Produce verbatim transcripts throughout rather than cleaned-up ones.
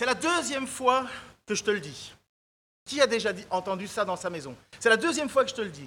C'est la deuxième fois que je te le dis. Qui a déjà dit, entendu ça dans sa maison? C'est la deuxième fois que je te le dis.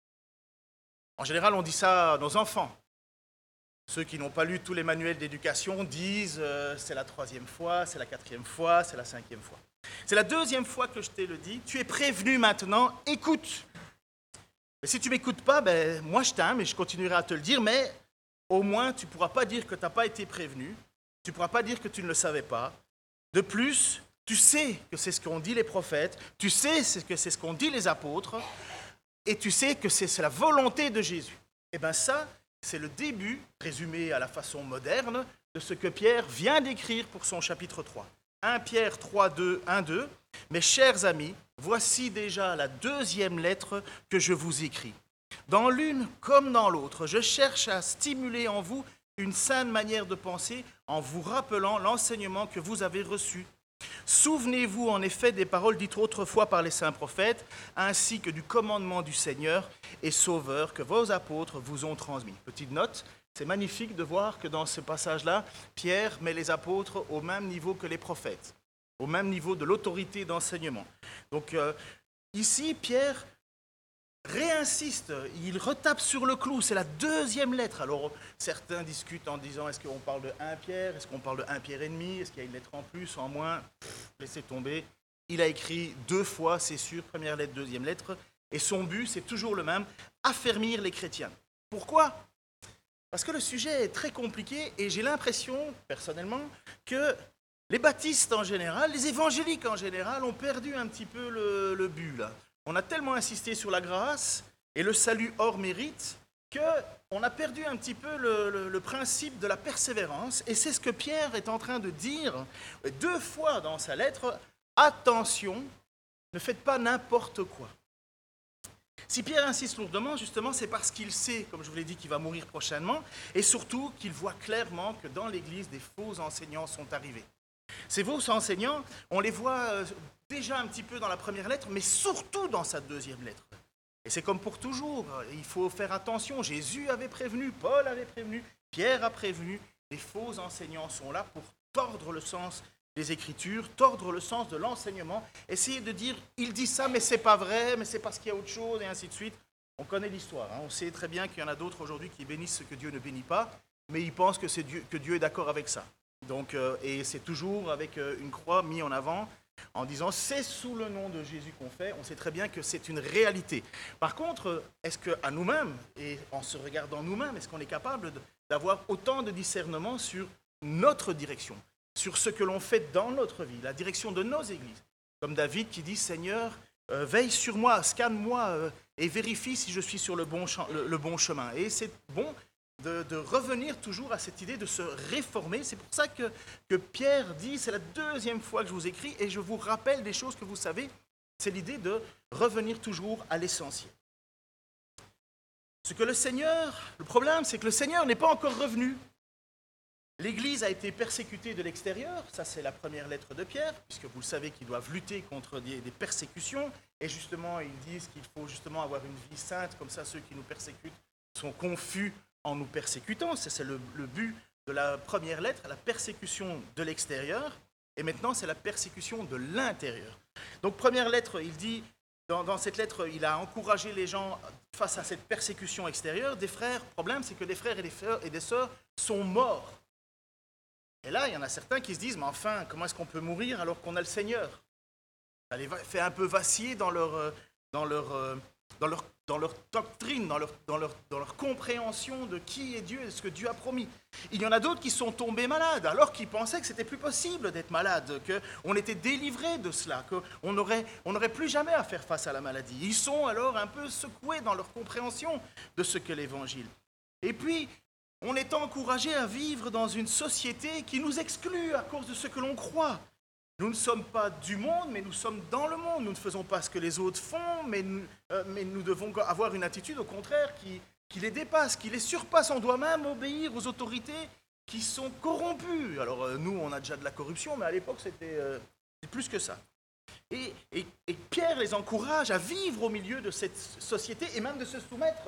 En général, on dit ça à nos enfants. Ceux qui n'ont pas lu tous les manuels d'éducation disent euh, c'est la troisième fois, c'est la quatrième fois, c'est la cinquième fois. C'est la deuxième fois que je te le dis. Tu es prévenu maintenant, écoute. Mais si tu ne m'écoutes pas, ben, moi je t'aime et je continuerai à te le dire, mais au moins tu ne pourras pas dire que tu n'as pas été prévenu, tu ne pourras pas dire que tu ne le savais pas. De plus, tu sais que c'est ce qu'ont dit les prophètes, tu sais que c'est ce qu'ont dit les apôtres, et tu sais que c'est la volonté de Jésus. Et bien ça, c'est le début, résumé à la façon moderne, de ce que Pierre vient d'écrire pour son chapitre trois. premier Pierre trois, deux, un, deux. « Mes chers amis, voici déjà la deuxième lettre que je vous écris. Dans l'une comme dans l'autre, je cherche à stimuler en vous une saine manière de penser en vous rappelant l'enseignement que vous avez reçu. Souvenez-vous en effet des paroles dites autrefois par les saints prophètes, ainsi que du commandement du Seigneur et Sauveur que vos apôtres vous ont transmis. » Petite note, c'est magnifique de voir que dans ce passage-là, Pierre met les apôtres au même niveau que les prophètes, au même niveau de l'autorité d'enseignement. Donc euh, ici, Pierre réinsiste, il retape sur le clou, c'est la deuxième lettre. Alors certains discutent en disant est-ce qu'on parle de un Pierre, est-ce qu'on parle de un Pierre et demi, est-ce qu'il y a une lettre en plus, en moins, pff, laissez tomber. Il a écrit deux fois, c'est sûr, première lettre, deuxième lettre, et son but c'est toujours le même, affermir les chrétiens. Pourquoi ? Parce que le sujet est très compliqué et j'ai l'impression, personnellement, que les baptistes en général, les évangéliques en général ont perdu un petit peu le, le but là. On a tellement insisté sur la grâce et le salut hors mérite qu'on a perdu un petit peu le, le, le principe de la persévérance. Et c'est ce que Pierre est en train de dire deux fois dans sa lettre. Attention, ne faites pas n'importe quoi. Si Pierre insiste lourdement, justement, c'est parce qu'il sait, comme je vous l'ai dit, qu'il va mourir prochainement, et surtout qu'il voit clairement que dans l'Église, des faux enseignants sont arrivés. Ces faux enseignants, on les voit déjà un petit peu dans la première lettre, mais surtout dans sa deuxième lettre. Et c'est comme pour toujours, il faut faire attention. Jésus avait prévenu, Paul avait prévenu, Pierre a prévenu. Les faux enseignants sont là pour tordre le sens des Écritures, tordre le sens de l'enseignement, essayer de dire, il dit ça, mais c'est pas vrai, mais c'est parce qu'il y a autre chose, et ainsi de suite. On connaît l'histoire, hein. On sait très bien qu'il y en a d'autres aujourd'hui qui bénissent ce que Dieu ne bénit pas, mais ils pensent que, c'est Dieu, que Dieu est d'accord avec ça. Donc, euh, et c'est toujours avec euh, une croix mise en avant, en disant c'est sous le nom de Jésus qu'on fait, on sait très bien que c'est une réalité. Par contre, est-ce qu'à nous-mêmes, et en se regardant nous-mêmes, est-ce qu'on est capable d'avoir autant de discernement sur notre direction, sur ce que l'on fait dans notre vie, la direction de nos églises? Comme David qui dit « Seigneur, euh, veille sur moi, scanne-moi euh, et vérifie si je suis sur le bon, champ, le, le bon chemin. » Et c'est bon de, de revenir toujours à cette idée de se réformer. C'est pour ça que, que Pierre dit, c'est la deuxième fois que je vous écris, et je vous rappelle des choses que vous savez, c'est l'idée de revenir toujours à l'essentiel. Ce que le Seigneur, le problème, c'est que le Seigneur n'est pas encore revenu. L'Église a été persécutée de l'extérieur, ça c'est la première lettre de Pierre, puisque vous le savez qu'ils doivent lutter contre des, des persécutions, et justement ils disent qu'il faut justement avoir une vie sainte, comme ça ceux qui nous persécutent sont confus en nous persécutant. Ça, c'est le, le but de la première lettre, la persécution de l'extérieur, et maintenant c'est la persécution de l'intérieur. Donc première lettre, il dit, dans, dans cette lettre, il a encouragé les gens face à cette persécution extérieure. Des frères, le problème c'est que des frères et des, frères et des sœurs sont morts. Et là, il y en a certains qui se disent, mais enfin, comment est-ce qu'on peut mourir alors qu'on a le Seigneur? Ça les fait un peu vaciller dans leur, dans leur, dans leur, dans leur doctrine, dans leur, dans, leur, dans leur compréhension de qui est Dieu et de ce que Dieu a promis. Il y en a d'autres qui sont tombés malades, alors qu'ils pensaient que c'était plus possible d'être malade, qu'on était délivré de cela, qu'on n'aurait on n'aurait plus jamais à faire face à la maladie. Ils sont alors un peu secoués dans leur compréhension de ce qu'est l'Évangile. Et puis, on est encouragé à vivre dans une société qui nous exclut à cause de ce que l'on croit. Nous ne sommes pas du monde, mais nous sommes dans le monde. Nous ne faisons pas ce que les autres font, mais nous, euh, mais nous devons avoir une attitude, au contraire, qui, qui les dépasse, qui les surpasse. On doit même obéir aux autorités qui sont corrompues. Alors euh, nous, on a déjà de la corruption, mais à l'époque, c'était euh, plus que ça. Et, et, et Pierre les encourage à vivre au milieu de cette société et même de se soumettre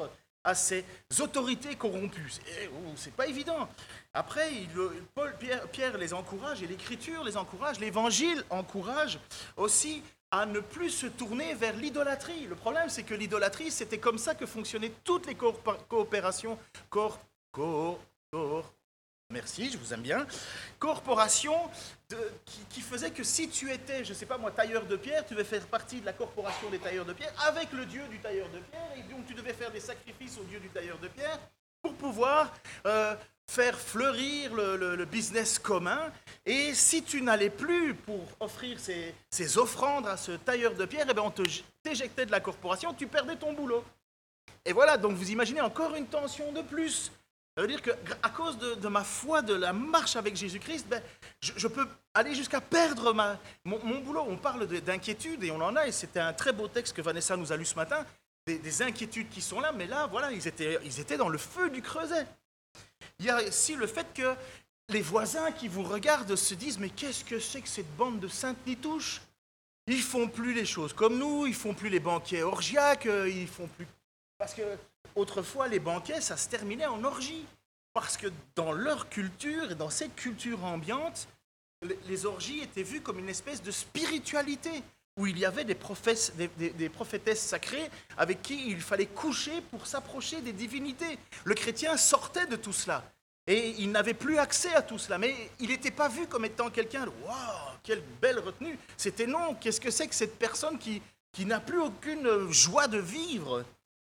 à ces autorités corrompues. C'est, oh, c'est pas évident. Après, il, Paul, Pierre, Pierre les encourage, et l'Écriture les encourage, l'Évangile encourage aussi à ne plus se tourner vers l'idolâtrie. Le problème, c'est que l'idolâtrie, c'était comme ça que fonctionnaient toutes les coopérations, corps, corps, corps, merci, je vous aime bien, corporations de, qui, qui faisaient que si tu étais, je ne sais pas moi, tailleur de pierre, tu devais faire partie de la corporation des tailleurs de pierre avec le dieu du tailleur de pierre, et donc tu devais faire des sacrifices au dieu du tailleur de pierre pour pouvoir euh, faire fleurir le, le, le business commun. Et si tu n'allais plus pour offrir ces, ces offrandes à ce tailleur de pierre, eh bien on te, t'éjectait de la corporation, tu perdais ton boulot. Et voilà, donc vous imaginez encore une tension de plus. Ça veut dire qu'à cause de, de ma foi, de la marche avec Jésus-Christ, ben, je, je peux aller jusqu'à perdre ma, mon, mon boulot. On parle de, d'inquiétude, et on en a, et c'était un très beau texte que Vanessa nous a lu ce matin, des, des inquiétudes qui sont là, mais là, voilà, ils étaient, ils étaient dans le feu du creuset. Il y a aussi le fait que les voisins qui vous regardent se disent « Mais qu'est-ce que c'est que cette bande de sainte-nitouches ? Ils font plus les choses comme nous, ils font plus les banquets orgiaques, ils font plus... » Parce que autrefois, les banquets, ça se terminait en orgie. Parce que dans leur culture et dans cette culture ambiante, les orgies étaient vues comme une espèce de spiritualité, où il y avait des, prophètes, des, des, des prophétesses sacrées avec qui il fallait coucher pour s'approcher des divinités. Le chrétien sortait de tout cela. Et il n'avait plus accès à tout cela. Mais il n'était pas vu comme étant quelqu'un de « Waouh, quelle belle retenue !» C'était non, qu'est-ce que c'est que cette personne qui, qui n'a plus aucune joie de vivre ?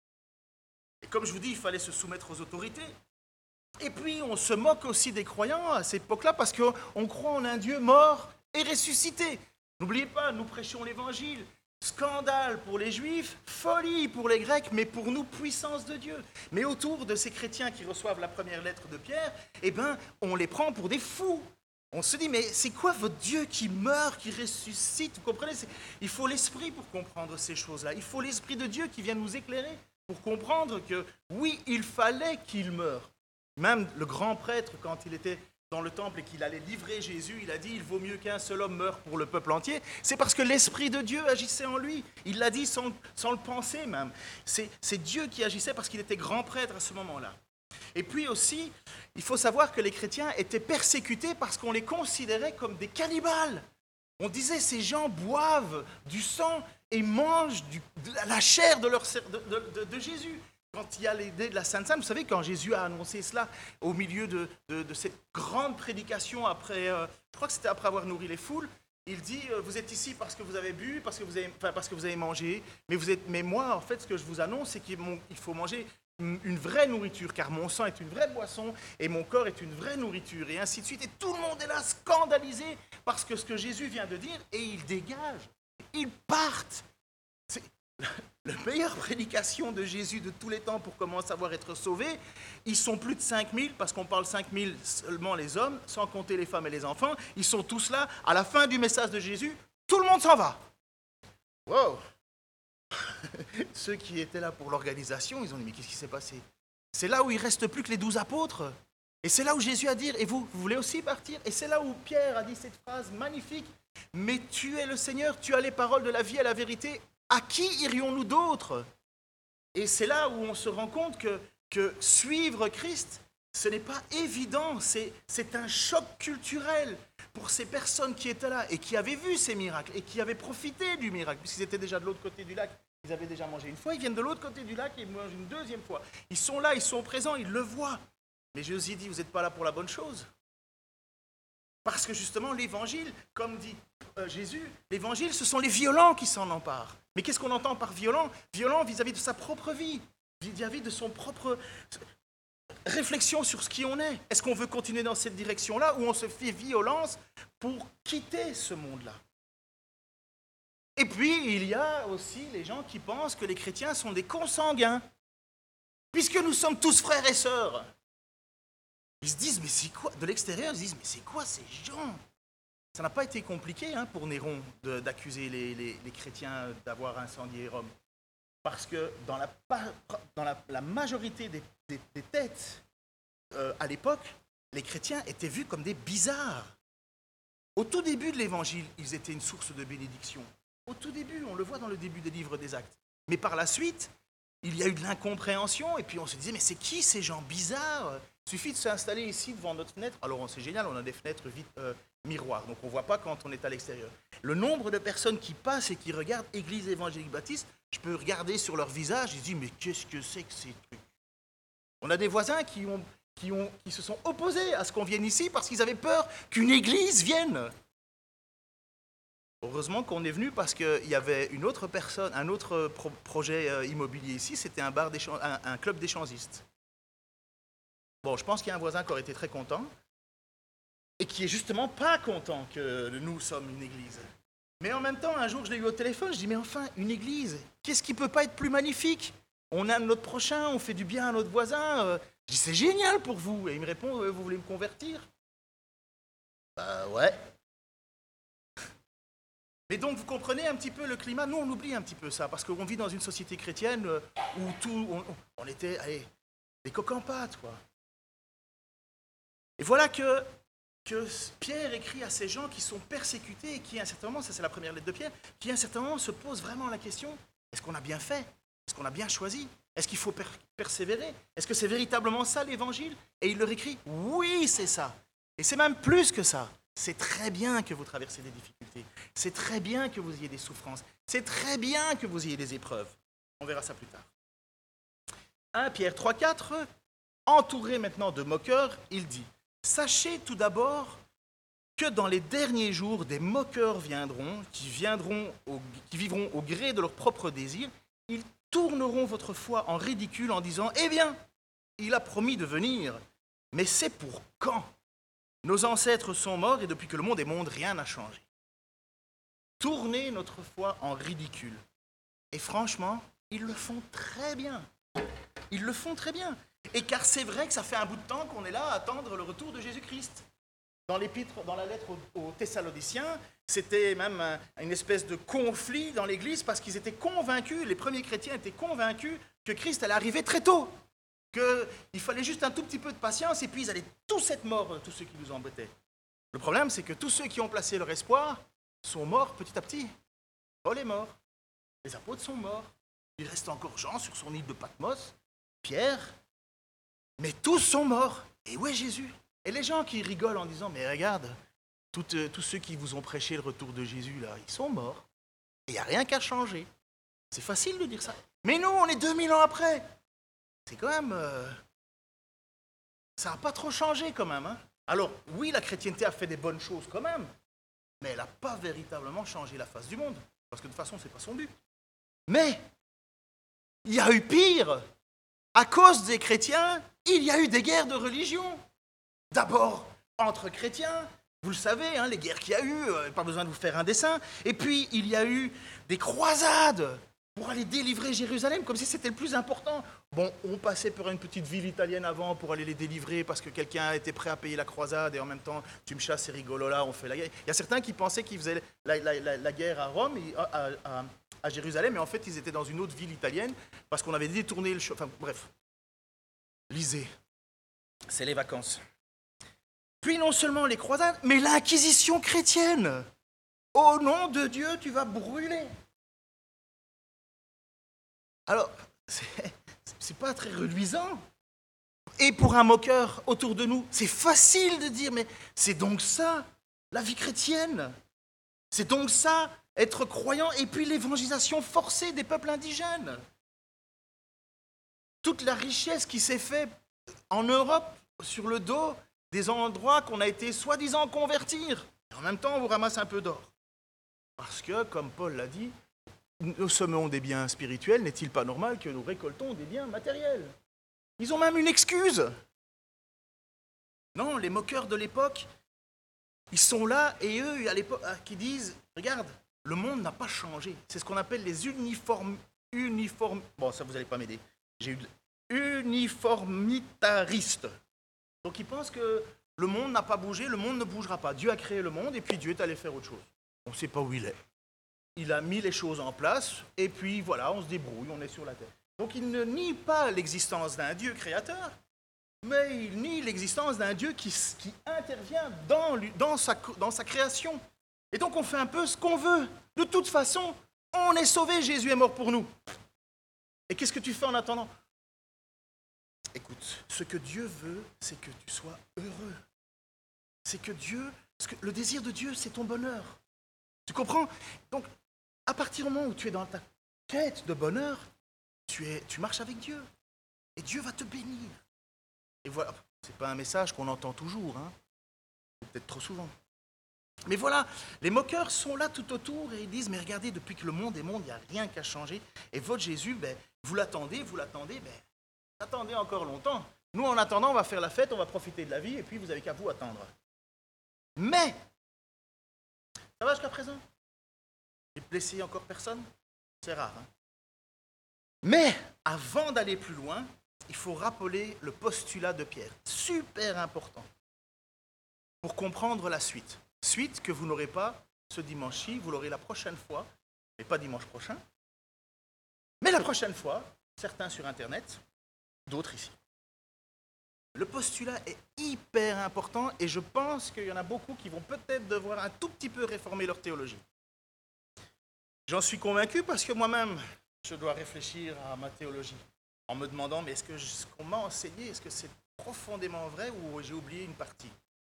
Et comme je vous dis, il fallait se soumettre aux autorités. Et puis, on se moque aussi des croyants à cette époque-là parce qu'on croit en un Dieu mort et ressuscité. N'oubliez pas, nous prêchons l'Évangile. Scandale pour les Juifs, folie pour les Grecs, mais pour nous, puissance de Dieu. Mais autour de ces chrétiens qui reçoivent la première lettre de Pierre, eh ben, on les prend pour des fous. On se dit, mais c'est quoi votre Dieu qui meurt, qui ressuscite ? Vous comprenez ? Il faut l'Esprit pour comprendre ces choses-là. Il faut l'Esprit de Dieu qui vient nous éclairer pour comprendre que, oui, il fallait qu'il meure. Même le grand prêtre, quand il était dans le temple et qu'il allait livrer Jésus, il a dit « Il vaut mieux qu'un seul homme meure pour le peuple entier ». C'est parce que l'Esprit de Dieu agissait en lui. Il l'a dit sans, sans le penser même. C'est, c'est Dieu qui agissait parce qu'il était grand prêtre à ce moment-là. Et puis aussi, il faut savoir que les chrétiens étaient persécutés parce qu'on les considérait comme des cannibales. On disait « Ces gens boivent du sang et mangent du, de la chair de, leur, de, de, de, de Jésus ». Quand il y a l'idée de la Sainte Seine, vous savez, quand Jésus a annoncé cela au milieu de, de, de cette grande prédication, après, euh, je crois que c'était après avoir nourri les foules, il dit euh, « Vous êtes ici parce que vous avez bu, parce que vous avez, enfin, parce que vous avez mangé, mais, vous êtes, mais moi, en fait, ce que je vous annonce, c'est qu'il faut manger une, une vraie nourriture, car mon sang est une vraie boisson et mon corps est une vraie nourriture. » Et ainsi de suite. Et tout le monde est là, scandalisé, parce que ce que Jésus vient de dire, et ils dégagent, ils partent. C'est... La meilleure prédication de Jésus de tous les temps pour comment savoir être sauvé, ils sont plus de cinq mille, parce qu'on parle cinq mille seulement les hommes, sans compter les femmes et les enfants, ils sont tous là, à la fin du message de Jésus, tout le monde s'en va. Wow. Ceux qui étaient là pour l'organisation, ils ont dit, mais qu'est-ce qui s'est passé ? C'est là où il ne reste plus que les douze apôtres. Et c'est là où Jésus a dit, et vous, vous voulez aussi partir ? Et c'est là où Pierre a dit cette phrase magnifique, mais tu es le Seigneur, tu as les paroles de la vie et la vérité. À qui irions-nous d'autres ? Et c'est là où on se rend compte que, que suivre Christ, ce n'est pas évident, c'est, c'est un choc culturel pour ces personnes qui étaient là et qui avaient vu ces miracles et qui avaient profité du miracle, puisqu'ils étaient déjà de l'autre côté du lac, ils avaient déjà mangé une fois, ils viennent de l'autre côté du lac et ils mangent une deuxième fois. Ils sont là, ils sont présents, ils le voient. Mais Jésus dit, vous n'êtes pas là pour la bonne chose. Parce que justement, l'évangile, comme dit euh, Jésus, l'évangile, ce sont les violents qui s'en emparent. Mais qu'est-ce qu'on entend par violent ? Violent vis-à-vis de sa propre vie, vis-à-vis de son propre réflexion sur ce qui on est. Est-ce qu'on veut continuer dans cette direction-là ou on se fait violence pour quitter ce monde-là ? Et puis, il y a aussi les gens qui pensent que les chrétiens sont des consanguins, puisque nous sommes tous frères et sœurs. Ils se disent, mais c'est quoi ? De l'extérieur, ils se disent, mais c'est quoi ces gens ? Ça n'a pas été compliqué hein, pour Néron de, d'accuser les, les, les chrétiens d'avoir incendié Rome. Parce que dans la, dans la, la majorité des, des, des têtes, euh, à l'époque, les chrétiens étaient vus comme des bizarres. Au tout début de l'Évangile, ils étaient une source de bénédiction. Au tout début, on le voit dans le début des livres des Actes. Mais par la suite, il y a eu de l'incompréhension, et puis on se disait, mais c'est qui ces gens bizarres? Il suffit de s'installer ici devant notre fenêtre. Alors c'est génial, on a des fenêtres vite, euh, miroirs, donc on ne voit pas quand on est à l'extérieur. Le nombre de personnes qui passent et qui regardent Église évangélique baptiste, je peux regarder sur leur visage, et je dis, mais qu'est-ce que c'est que ces trucs? On a des voisins qui, ont, qui, ont, qui se sont opposés à ce qu'on vienne ici parce qu'ils avaient peur qu'une église vienne. Heureusement qu'on est venu parce qu'il y avait une autre personne, un autre pro- projet immobilier ici, c'était un, bar un, un club d'échangistes. Bon, je pense qu'il y a un voisin qui aurait été très content et qui est justement pas content que nous sommes une église. Mais en même temps, un jour, je l'ai eu au téléphone, je dis, mais enfin, une église, qu'est-ce qui peut pas être plus magnifique? On aime notre prochain, on fait du bien à notre voisin. Je dis, c'est génial pour vous. Et il me répond, vous voulez me convertir? Bah ouais. Mais donc, vous comprenez un petit peu le climat. Nous, on oublie un petit peu ça, parce qu'on vit dans une société chrétienne où tout, on, on était, allez, des coqs en pâte, quoi. Et voilà que, que Pierre écrit à ces gens qui sont persécutés et qui, à un certain moment, ça c'est la première lettre de Pierre, qui, à un certain moment, se posent vraiment la question, est-ce qu'on a bien fait? Est-ce qu'on a bien choisi? Est-ce qu'il faut per- persévérer? Est-ce que c'est véritablement ça l'évangile? Et il leur écrit, oui, c'est ça. Et c'est même plus que ça. C'est très bien que vous traversez des difficultés. C'est très bien que vous ayez des souffrances. C'est très bien que vous ayez des épreuves. On verra ça plus tard. un Pierre trois quatre, entouré maintenant de moqueurs, il dit, sachez tout d'abord que dans les derniers jours, des moqueurs viendront, qui, viendront au, qui vivront au gré de leurs propres désirs. Ils tourneront votre foi en ridicule en disant, eh bien, il a promis de venir, mais c'est pour quand? Nos ancêtres sont morts et depuis que le monde est monde, rien n'a changé. Tourner notre foi en ridicule. Et franchement, ils le font très bien. Ils le font très bien. Et car c'est vrai que ça fait un bout de temps qu'on est là à attendre le retour de Jésus-Christ. Dans l'épître, dans la lettre aux, aux Thessaloniciens, c'était même un, une espèce de conflit dans l'Église parce qu'ils étaient convaincus, les premiers chrétiens étaient convaincus que Christ allait arriver très tôt, qu'il fallait juste un tout petit peu de patience et puis ils allaient tous être morts, tous ceux qui nous embêtaient. Le problème, c'est que tous ceux qui ont placé leur espoir sont morts petit à petit. Paul est mort, les apôtres sont morts, il reste encore Jean sur son île de Patmos, Pierre, mais tous sont morts. Et où est Jésus? Et les gens qui rigolent en disant, mais regarde, toutes, euh, tous ceux qui vous ont prêché le retour de Jésus, là, ils sont morts. Et il n'y a rien qu'à changer. C'est facile de dire ça. Mais nous, on est deux mille ans après. C'est quand même... Euh, ça n'a pas trop changé quand même. Hein. Alors, oui, la chrétienté a fait des bonnes choses quand même, mais elle n'a pas véritablement changé la face du monde. Parce que de toute façon, ce n'est pas son but. Mais, il y a eu pire. À cause des chrétiens, il y a eu des guerres de religion. D'abord, entre chrétiens, vous le savez, hein, les guerres qu'il y a eu, euh, pas besoin de vous faire un dessin. Et puis, il y a eu des croisades pour aller délivrer Jérusalem, comme si c'était le plus important. Bon, on passait par une petite ville italienne avant pour aller les délivrer parce que quelqu'un était prêt à payer la croisade et en même temps, tu me chasses, c'est rigolo, là, on fait la guerre. Il y a certains qui pensaient qu'ils faisaient la, la, la, la guerre à Rome, et, à, à, à Jérusalem, mais en fait, ils étaient dans une autre ville italienne parce qu'on avait détourné le chemin. Enfin, bref. Lisez. C'est les vacances. Puis non seulement les croisades, mais l'inquisition chrétienne. Au nom de Dieu, tu vas brûler. Alors, c'est, c'est pas très reluisant. Et pour un moqueur autour de nous, c'est facile de dire, mais c'est donc ça, la vie chrétienne. C'est donc ça, être croyant, et puis l'évangélisation forcée des peuples indigènes. Toute la richesse qui s'est faite en Europe, sur le dos des endroits qu'on a été soi-disant convertir. Et en même temps, on vous ramasse un peu d'or. Parce que, comme Paul l'a dit, nous semons des biens spirituels, n'est-il pas normal que nous récoltons des biens matériels? Ils ont même une excuse. Non, les moqueurs de l'époque, ils sont là, et eux, à l'époque, qui disent, regarde, le monde n'a pas changé. C'est ce qu'on appelle les uniformes... uniformes. Bon, ça, vous n'allez pas m'aider. J'ai eu de... uniformitaristes. Donc ils pensent que le monde n'a pas bougé, le monde ne bougera pas. Dieu a créé le monde et puis Dieu est allé faire autre chose. On ne sait pas où il est. Il a mis les choses en place et puis voilà, on se débrouille, on est sur la terre. Donc il ne nie pas l'existence d'un Dieu créateur, mais il nie l'existence d'un Dieu qui, qui intervient dans, dans, sa, dans sa création. Et donc on fait un peu ce qu'on veut. De toute façon, on est sauvé, Jésus est mort pour nous. Et qu'est-ce que tu fais en attendant? Écoute, ce que Dieu veut, c'est que tu sois heureux. C'est que Dieu, ce que, le désir de Dieu, c'est ton bonheur. Tu comprends? Donc, à partir du moment où tu es dans ta quête de bonheur, tu, es, tu marches avec Dieu. Et Dieu va te bénir. Et voilà, c'est pas un message qu'on entend toujours, hein. Peut-être trop souvent. Mais voilà, les moqueurs sont là tout autour et ils disent, mais regardez, depuis que le monde est monde, il n'y a rien qu'à changer. Et votre Jésus, ben, vous l'attendez, vous l'attendez, ben, attendez encore longtemps. Nous, en attendant, on va faire la fête, on va profiter de la vie, et puis vous avez qu'à vous attendre. Mais, ça va jusqu'à présent? J'ai blessé encore personne? C'est rare, hein? Mais, avant d'aller plus loin, il faut rappeler le postulat de Pierre. Super important. Pour comprendre la suite. Suite que vous n'aurez pas ce dimanche-ci, vous l'aurez la prochaine fois, mais pas dimanche prochain. Mais la prochaine fois, certains sur Internet, d'autres ici. Le postulat est hyper important et je pense qu'il y en a beaucoup qui vont peut-être devoir un tout petit peu réformer leur théologie. J'en suis convaincu parce que moi-même, je dois réfléchir à ma théologie en me demandant, mais est-ce que ce qu'on m'a enseigné, est-ce que c'est profondément vrai ou j'ai oublié une partie?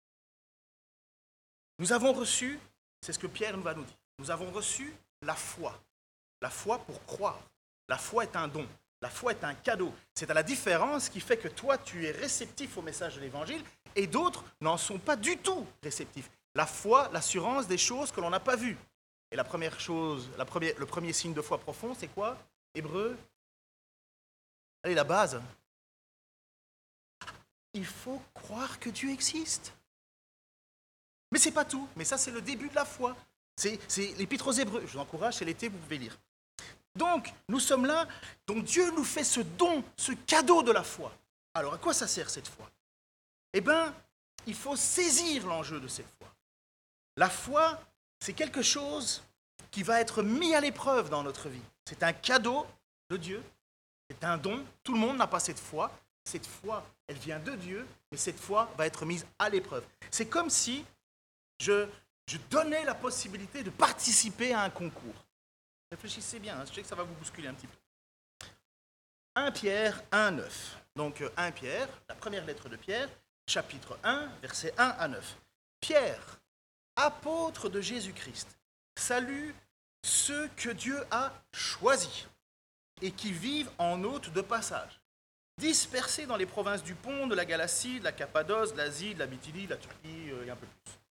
Nous avons reçu, c'est ce que Pierre va nous dire, nous avons reçu la foi. La foi pour croire. La foi est un don. La foi est un cadeau. C'est à la différence qui fait que toi, tu es réceptif au message de l'Évangile et d'autres n'en sont pas du tout réceptifs. La foi, l'assurance des choses que l'on n'a pas vues. Et la première chose, la première, le premier signe de foi profond, c'est quoi? Hébreu. Allez, la base. Il faut croire que Dieu existe. Mais ce n'est pas tout. Mais ça, c'est le début de la foi. C'est, c'est l'Épître aux Hébreux. Je vous encourage, c'est l'été, vous pouvez lire. Donc, nous sommes là. Donc, Dieu nous fait ce don, ce cadeau de la foi. Alors, à quoi ça sert cette foi? Eh bien, il faut saisir l'enjeu de cette foi. La foi, c'est quelque chose qui va être mis à l'épreuve dans notre vie. C'est un cadeau de Dieu. C'est un don. Tout le monde n'a pas cette foi. Cette foi, elle vient de Dieu, mais cette foi va être mise à l'épreuve. C'est comme si je, je donnais la possibilité de participer à un concours. Réfléchissez bien, hein, je sais que ça va vous bousculer un petit peu. Premier Pierre un, neuf. Donc Premier Pierre, la première lettre de Pierre, chapitre un, versets un à neuf. Pierre, apôtre de Jésus-Christ, salue ceux que Dieu a choisis et qui vivent en hôte de passage, dispersés dans les provinces du Pont, de la Galatie, de la Cappadoce, de l'Asie, de la Bithynie, de la Turquie et un peu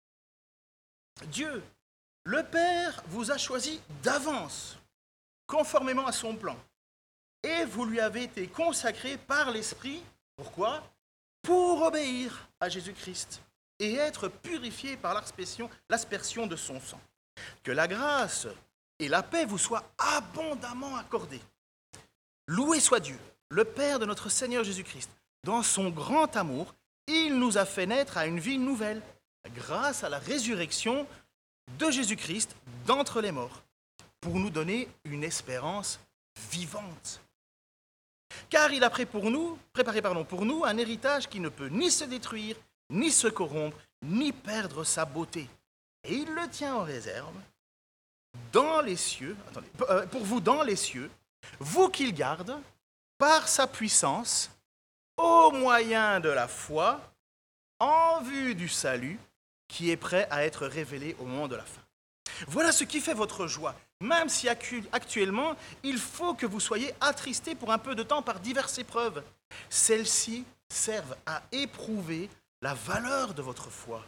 plus. Dieu, le Père, vous a choisi d'avance, conformément à son plan, et vous lui avez été consacrés par l'Esprit. Pourquoi? Pour obéir à Jésus-Christ et être purifiés par l'aspersion, l'aspersion de son sang. Que la grâce et la paix vous soient abondamment accordées. Loué soit Dieu, le Père de notre Seigneur Jésus-Christ. Dans son grand amour, il nous a fait naître à une vie nouvelle, grâce à la résurrection de Jésus-Christ d'entre les morts, pour nous donner une espérance vivante. Car il a préparé pour nous, préparé pardon, pour nous un héritage qui ne peut ni se détruire, ni se corrompre, ni perdre sa beauté. Et il le tient en réserve dans les cieux, attendez, pour vous dans les cieux, vous qu'il garde par sa puissance, au moyen de la foi, en vue du salut qui est prêt à être révélé au moment de la fin. Voilà ce qui fait votre joie, même si actuellement, il faut que vous soyez attristés pour un peu de temps par diverses épreuves. Celles-ci servent à éprouver la valeur de votre foi.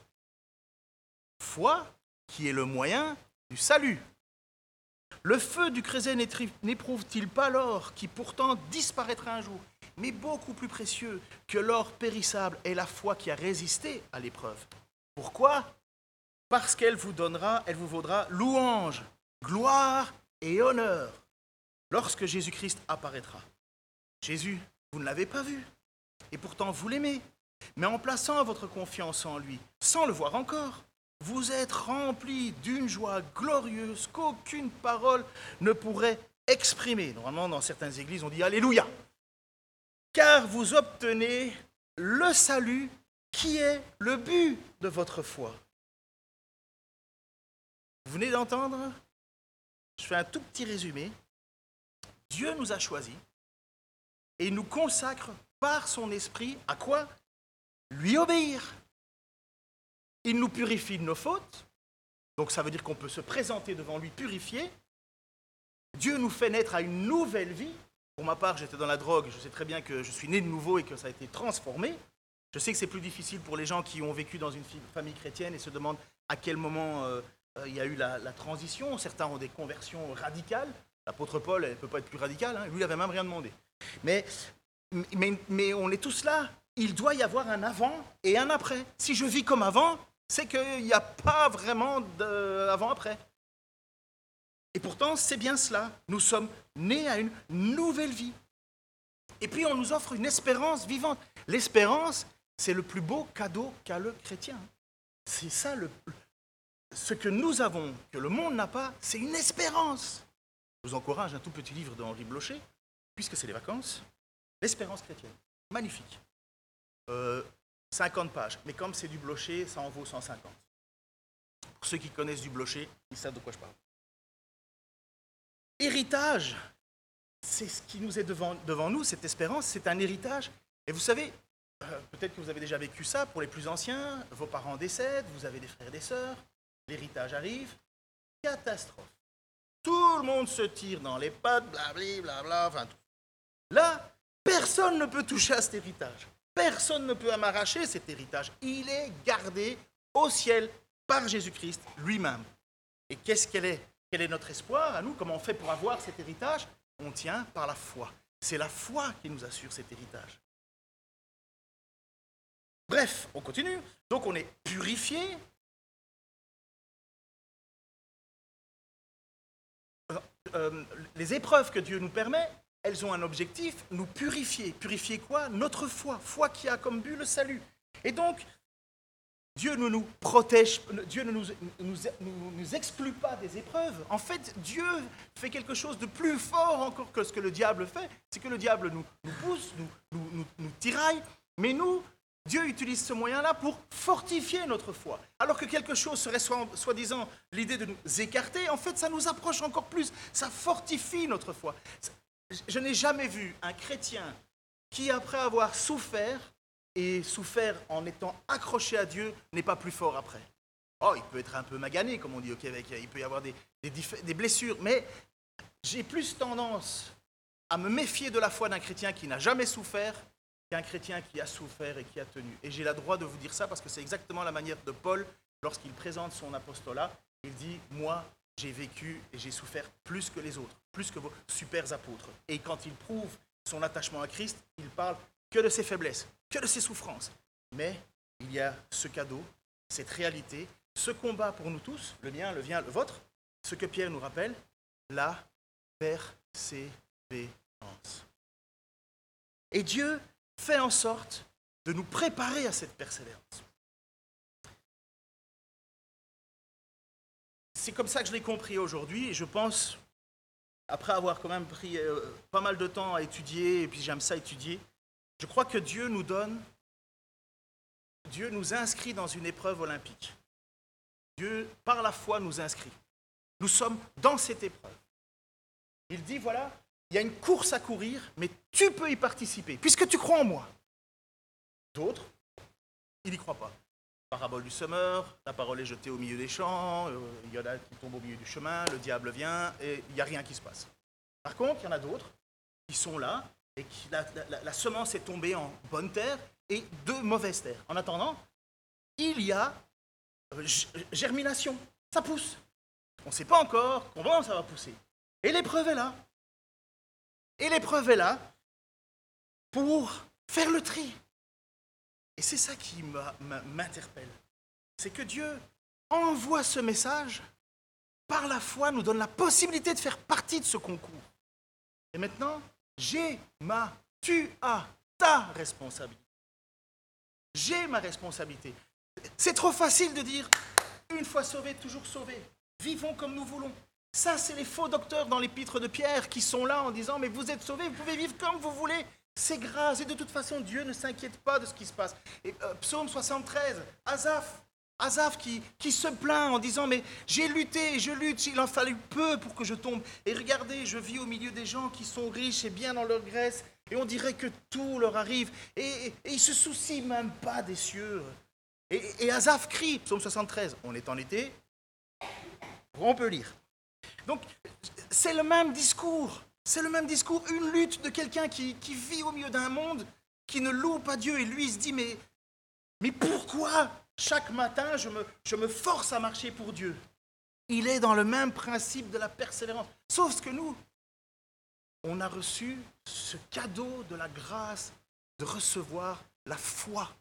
Foi qui est le moyen du salut. Le feu du chrétien n'éprouve-t-il pas l'or qui pourtant disparaîtra un jour, mais beaucoup plus précieux que l'or périssable est la foi qui a résisté à l'épreuve. Pourquoi? Parce qu'elle vous donnera, elle vous vaudra louange, gloire et honneur lorsque Jésus-Christ apparaîtra. Jésus, vous ne l'avez pas vu, et pourtant vous l'aimez. Mais en plaçant votre confiance en lui, sans le voir encore, vous êtes remplis d'une joie glorieuse qu'aucune parole ne pourrait exprimer. Normalement, dans certaines églises, on dit « Alléluia ». Car vous obtenez le salut qui est le but de votre foi. Vous venez d'entendre? Je fais un tout petit résumé. Dieu nous a choisis, et il nous consacre par son esprit à quoi? Lui obéir. Il nous purifie de nos fautes, donc ça veut dire qu'on peut se présenter devant lui purifié. Dieu nous fait naître à une nouvelle vie. Pour ma part, j'étais dans la drogue, je sais très bien que je suis né de nouveau et que ça a été transformé. Je sais que c'est plus difficile pour les gens qui ont vécu dans une famille chrétienne et se demandent à quel moment euh, euh, il y a eu la, la transition. Certains ont des conversions radicales. L'apôtre Paul, elle ne peut pas être plus radicale, hein. Lui, il n'avait même rien demandé. Mais, mais, mais on est tous là. Il doit y avoir un avant et un après. Si je vis comme avant, c'est qu'il n'y a pas vraiment d'avant-après. Et pourtant, c'est bien cela. Nous sommes nés à une nouvelle vie. Et puis, on nous offre une espérance vivante. L'espérance, c'est le plus beau cadeau qu'a le chrétien. C'est ça, le, ce que nous avons, que le monde n'a pas, c'est une espérance. Je vous encourage un tout petit livre de Henri Blocher, puisque c'est les vacances. L'espérance chrétienne. Magnifique. Euh, cinquante pages. Mais comme c'est du Blocher, ça en vaut cent cinquante. Pour ceux qui connaissent du Blocher, ils savent de quoi je parle. Héritage, c'est ce qui nous est devant, devant nous, cette espérance, c'est un héritage. Et vous savez, euh, peut-être que vous avez déjà vécu ça, pour les plus anciens, vos parents décèdent, vous avez des frères et des sœurs, l'héritage arrive, catastrophe. Tout le monde se tire dans les pattes, blabli, blabla, enfin tout. Là, personne ne peut toucher à cet héritage. Personne ne peut m'arracher cet héritage. Il est gardé au ciel par Jésus-Christ lui-même. Et qu'est-ce qu'elle est? Quel est notre espoir à nous? Comment on fait pour avoir cet héritage? On tient par la foi. C'est la foi qui nous assure cet héritage. Bref, on continue. Donc on est purifié. Euh, les épreuves que Dieu nous permet, elles ont un objectif, nous purifier. Purifier quoi? Notre foi. Foi qui a comme but le salut. Et donc, Dieu ne nous protège, Dieu ne nous, nous, nous, nous exclut pas des épreuves. En fait, Dieu fait quelque chose de plus fort encore que ce que le diable fait. C'est que le diable nous, nous pousse, nous, nous, nous, nous tiraille, mais nous, Dieu utilise ce moyen-là pour fortifier notre foi. Alors que quelque chose serait soi-disant l'idée de nous écarter, en fait, ça nous approche encore plus, ça fortifie notre foi. Je n'ai jamais vu un chrétien qui, après avoir souffert, et souffert en étant accroché à Dieu, n'est pas plus fort après. Oh, il peut être un peu magané, comme on dit au Québec, il peut y avoir des, des, des blessures, mais j'ai plus tendance à me méfier de la foi d'un chrétien qui n'a jamais souffert qu'un chrétien qui a souffert et qui a tenu. Et j'ai le droit de vous dire ça parce que c'est exactement la manière de Paul, lorsqu'il présente son apostolat, il dit « Moi, j'ai vécu et j'ai souffert plus que les autres, plus que vos super apôtres. » Et quand il prouve son attachement à Christ, il parle que de ses faiblesses, que de ses souffrances. Mais il y a ce cadeau, cette réalité, ce combat pour nous tous, le mien, le vien, le vôtre, ce que Pierre nous rappelle, la persévérance. Et Dieu fait en sorte de nous préparer à cette persévérance. C'est comme ça que je l'ai compris aujourd'hui, et je pense, après avoir quand même pris euh, pas mal de temps à étudier, et puis j'aime ça étudier, je crois que Dieu nous donne, Dieu nous inscrit dans une épreuve olympique. Dieu, par la foi, nous inscrit. Nous sommes dans cette épreuve. Il dit, voilà, il y a une course à courir, mais tu peux y participer, puisque tu crois en moi. D'autres, ils n'y croient pas. Parabole du semeur, la parole est jetée au milieu des champs, euh, il y en a qui tombent au milieu du chemin, le diable vient, et il n'y a rien qui se passe. Par contre, il y en a d'autres qui sont là, et qui, la, la, la semence est tombée en bonne terre et de mauvaise terre. En attendant, il y a euh, germination, ça pousse. On ne sait pas encore comment ça va pousser. Et l'épreuve est là. Et l'épreuve est là pour faire le tri. Et c'est ça qui m'interpelle. C'est que Dieu envoie ce message, par la foi, nous donne la possibilité de faire partie de ce concours. Et maintenant, j'ai ma, tu as ta responsabilité. J'ai ma responsabilité. C'est trop facile de dire, une fois sauvé, toujours sauvé. Vivons comme nous voulons. Ça, c'est les faux docteurs dans l'épître de Pierre qui sont là en disant, mais vous êtes sauvés, vous pouvez vivre comme vous voulez. C'est grâce. Et de toute façon, Dieu ne s'inquiète pas de ce qui se passe. Et, euh, Psaume soixante-treize, Asaph, Asaph qui, qui se plaint en disant, mais j'ai lutté, je lutte, il en fallut peu pour que je tombe. Et regardez, je vis au milieu des gens qui sont riches et bien dans leur graisse, Et on dirait que tout leur arrive. Et, et, et ils ne se soucient même pas des cieux. Et, et Asaph crie, psaume soixante-treize, on est en été, on peut lire. Donc, c'est le même discours. C'est le même discours, une lutte de quelqu'un qui, qui vit au milieu d'un monde, qui ne loue pas Dieu. Et lui, il se dit, mais, mais pourquoi chaque matin, je me, je me force à marcher pour Dieu? Il est dans le même principe de la persévérance. Sauf que nous, on a reçu ce cadeau de la grâce de recevoir la foi.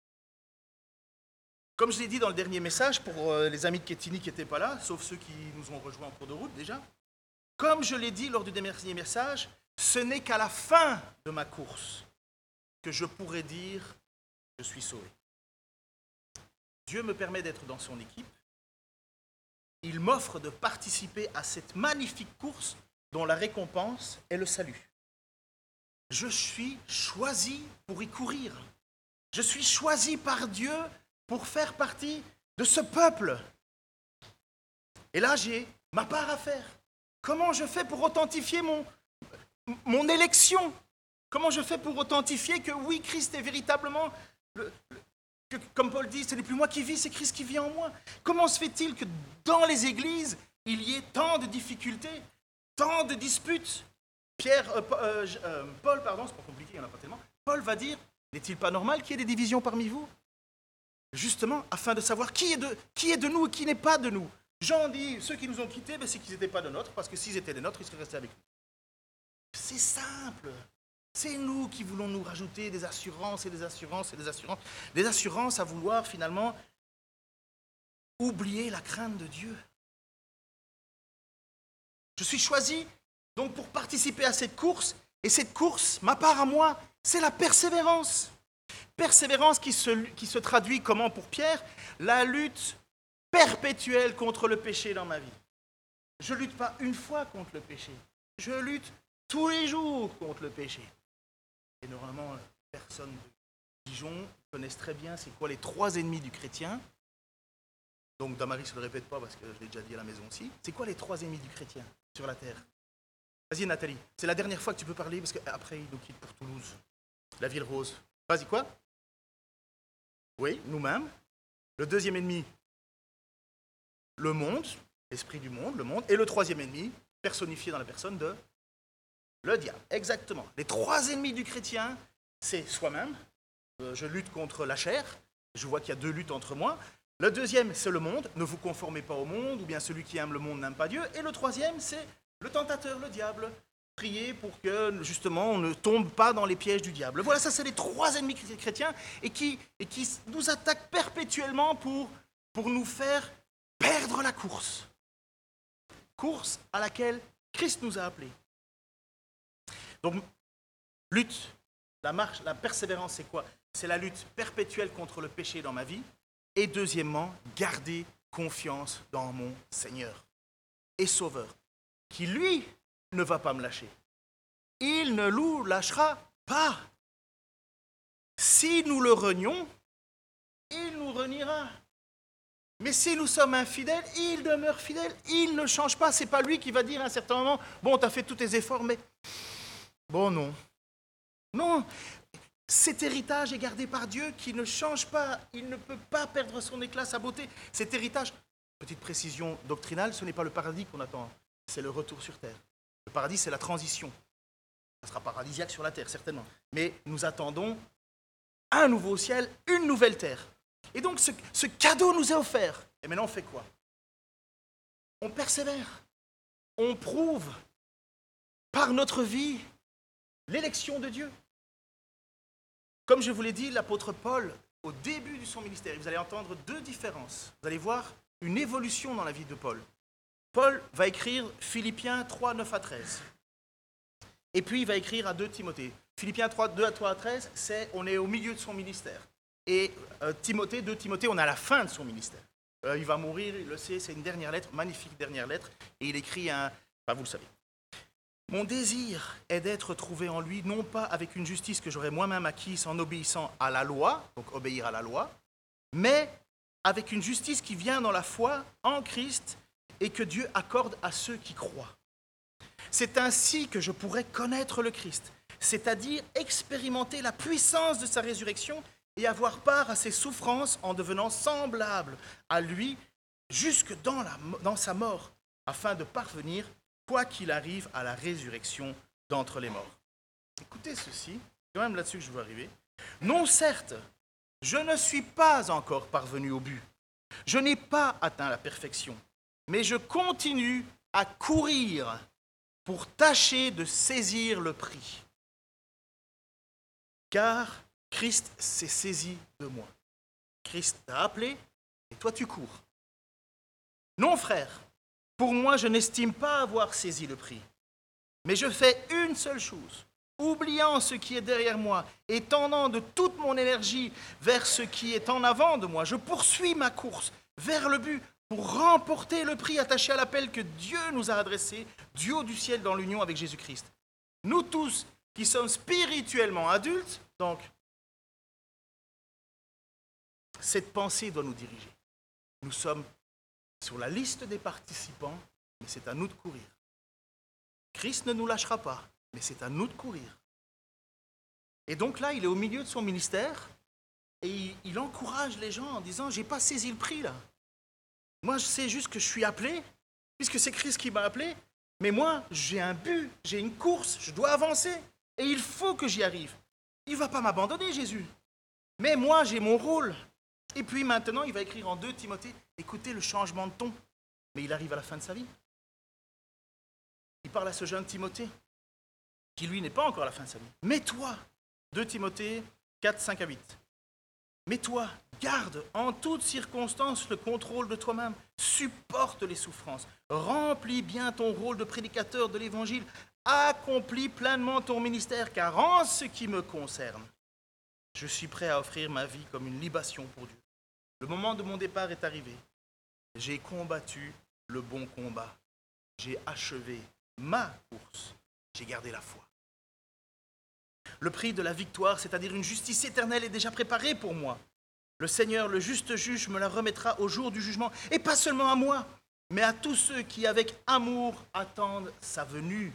Comme je l'ai dit dans le dernier message, pour les amis de Kétini qui n'étaient pas là, sauf ceux qui nous ont rejoints en cours de route déjà, comme je l'ai dit lors du dernier message, ce n'est qu'à la fin de ma course que je pourrai dire « je suis sauvé ». Dieu me permet d'être dans son équipe. Il m'offre de participer à cette magnifique course dont la récompense est le salut. Je suis choisi pour y courir. Je suis choisi par Dieu pour faire partie de ce peuple. Et là, j'ai ma part à faire. Comment je fais pour authentifier mon, mon élection? Comment je fais pour authentifier que oui, Christ est véritablement, le, le, que, comme Paul dit, ce n'est plus moi qui vis, c'est Christ qui vit en moi. Comment se fait-il que dans les églises, il y ait tant de difficultés, tant de disputes? Pierre, euh, euh, euh, Paul, pardon, c'est pas compliqué, il n'y en a pas tellement. Paul va dire, n'est-il pas normal qu'il y ait des divisions parmi vous? Justement, afin de savoir qui est de, qui est de nous et qui n'est pas de nous. Jean dit, ceux qui nous ont quittés, ben, c'est qu'ils n'étaient pas de nôtres, parce que s'ils étaient des nôtres, ils seraient restés avec nous. C'est simple. C'est nous qui voulons nous rajouter des assurances et des assurances et des assurances. Des assurances à vouloir finalement oublier la crainte de Dieu. Je suis choisi donc pour participer à cette course, et cette course, ma part à moi, c'est la persévérance. Persévérance qui se, qui se traduit comment pour Pierre? La lutte perpétuelle contre le péché dans ma vie. Je ne lutte pas une fois contre le péché. Je lutte tous les jours contre le péché. Et normalement, les personnes de Dijon connaissent très bien c'est quoi les trois ennemis du chrétien. Donc Damary ne se le répète pas parce que je l'ai déjà dit à la maison aussi. C'est quoi les trois ennemis du chrétien sur la terre? Vas-y Nathalie, c'est la dernière fois que tu peux parler parce qu'après il nous quitte pour Toulouse. La ville rose. Vas-y, quoi? Oui, nous-mêmes. Le deuxième ennemi, le monde, l'esprit du monde, le monde. Et le troisième ennemi, personnifié dans la personne de le diable. Exactement. Les trois ennemis du chrétien, c'est soi-même. Euh, je lutte contre la chair. Je vois qu'il y a deux luttes entre moi. Le deuxième, c'est le monde. Ne vous conformez pas au monde, ou bien celui qui aime le monde n'aime pas Dieu. Et le troisième, c'est le tentateur, le diable. Prier pour que, justement, on ne tombe pas dans les pièges du diable. Voilà, ça, c'est les trois ennemis chrétiens et qui, et qui nous attaquent perpétuellement pour, pour nous faire perdre la course. Course à laquelle Christ nous a appelés. Donc, lutte, la marche, la persévérance, c'est quoi? C'est la lutte perpétuelle contre le péché dans ma vie. Et deuxièmement, garder confiance dans mon Seigneur et Sauveur, qui, lui, ne va pas me lâcher. Il ne nous lâchera pas. Si nous le renions, il nous reniera. Mais si nous sommes infidèles, il demeure fidèle. Il ne change pas. Ce n'est pas lui qui va dire à un certain moment, bon, tu as fait tous tes efforts, mais bon, non. Non. Cet héritage est gardé par Dieu qui ne change pas. Il ne peut pas perdre son éclat, sa beauté. Cet héritage, petite précision doctrinale, ce n'est pas le paradis qu'on attend, c'est le retour sur terre. Le paradis, c'est la transition. Ça sera paradisiaque sur la terre, certainement. Mais nous attendons un nouveau ciel, une nouvelle terre. Et donc, ce, ce cadeau nous est offert. Et maintenant, on fait quoi? On persévère. On prouve par notre vie l'élection de Dieu. Comme je vous l'ai dit, l'apôtre Paul, au début de son ministère, vous allez entendre deux différences. Vous allez voir une évolution dans la vie de Paul. Paul va écrire Philippiens trois, neuf à treize. Et puis il va écrire à deux Timothée. Philippiens trois, deux à trois à treize, c'est on est au milieu de son ministère. Et euh, Timothée, deux Timothée, on est à la fin de son ministère. Euh, il va mourir, il le sait, c'est une dernière lettre, magnifique dernière lettre. Et il écrit un... Enfin, vous le savez. Mon désir est d'être trouvé en lui, non pas avec une justice que j'aurais moi-même acquise en obéissant à la loi, donc obéir à la loi, mais avec une justice qui vient dans la foi en Christ et que Dieu accorde à ceux qui croient. C'est ainsi que je pourrais connaître le Christ, c'est-à-dire expérimenter la puissance de sa résurrection et avoir part à ses souffrances en devenant semblable à lui jusque dans, la, dans sa mort, afin de parvenir, quoi qu'il arrive, à la résurrection d'entre les morts. Écoutez ceci, c'est quand même là-dessus que je veux arriver. Non, certes, je ne suis pas encore parvenu au but. Je n'ai pas atteint la perfection, mais je continue à courir pour tâcher de saisir le prix. Car Christ s'est saisi de moi. Christ t'a appelé et toi tu cours. Non, frère, pour moi je n'estime pas avoir saisi le prix, mais je fais une seule chose. Oubliant ce qui est derrière moi et tendant de toute mon énergie vers ce qui est en avant de moi, je poursuis ma course vers le but pour remporter le prix attaché à l'appel que Dieu nous a adressé du haut du ciel dans l'union avec Jésus-Christ. Nous tous qui sommes spirituellement adultes, donc, cette pensée doit nous diriger. Nous sommes sur la liste des participants, mais c'est à nous de courir. Christ ne nous lâchera pas, mais c'est à nous de courir. Et donc là, il est au milieu de son ministère et il, il encourage les gens en disant « J'ai pas saisi le prix là. Moi, je sais juste que je suis appelé, puisque c'est Christ qui m'a appelé, mais moi, j'ai un but, j'ai une course, je dois avancer et il faut que j'y arrive. Il ne va pas m'abandonner, Jésus. Mais moi, j'ai mon rôle. » Et puis maintenant, il va écrire en deux Timothée, écoutez le changement de ton. Mais il arrive à la fin de sa vie. Il parle à ce jeune Timothée, qui lui n'est pas encore à la fin de sa vie. Mais toi, deux Timothée quatre, cinq à huit. Mais toi, garde en toutes circonstances le contrôle de toi-même, supporte les souffrances, remplis bien ton rôle de prédicateur de l'Évangile, accomplis pleinement ton ministère, car en ce qui me concerne, je suis prêt à offrir ma vie comme une libation pour Dieu. Le moment de mon départ est arrivé. J'ai combattu le bon combat. J'ai achevé ma course. J'ai gardé la foi. Le prix de la victoire, c'est-à-dire une justice éternelle, est déjà préparé pour moi. Le Seigneur, le juste juge, me la remettra au jour du jugement. Et pas seulement à moi, mais à tous ceux qui, avec amour, attendent sa venue.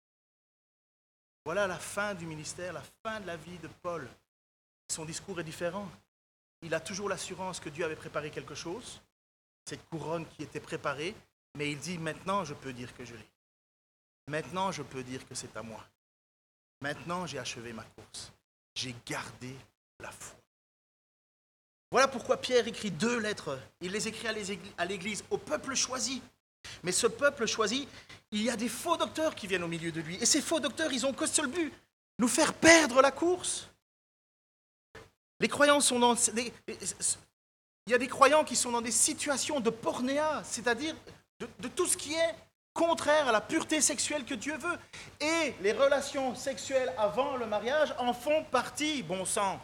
Voilà la fin du ministère, la fin de la vie de Paul. Son discours est différent. Il a toujours l'assurance que Dieu avait préparé quelque chose, cette couronne qui était préparée, mais il dit maintenant je peux dire que je l'ai. Maintenant je peux dire que c'est à moi. Maintenant j'ai achevé ma course. J'ai gardé la foi. Voilà pourquoi Pierre écrit deux lettres. Il les écrit à l'Église, au peuple choisi. Mais ce peuple choisi, il y a des faux docteurs qui viennent au milieu de lui. Et ces faux docteurs, ils ont que seul but, nous faire perdre la course. Les croyants sont dans des, il y a des croyants qui sont dans des situations de pornéa, c'est-à-dire de, de tout ce qui est contraire à la pureté sexuelle que Dieu veut. Et les relations sexuelles avant le mariage en font partie, bon sang.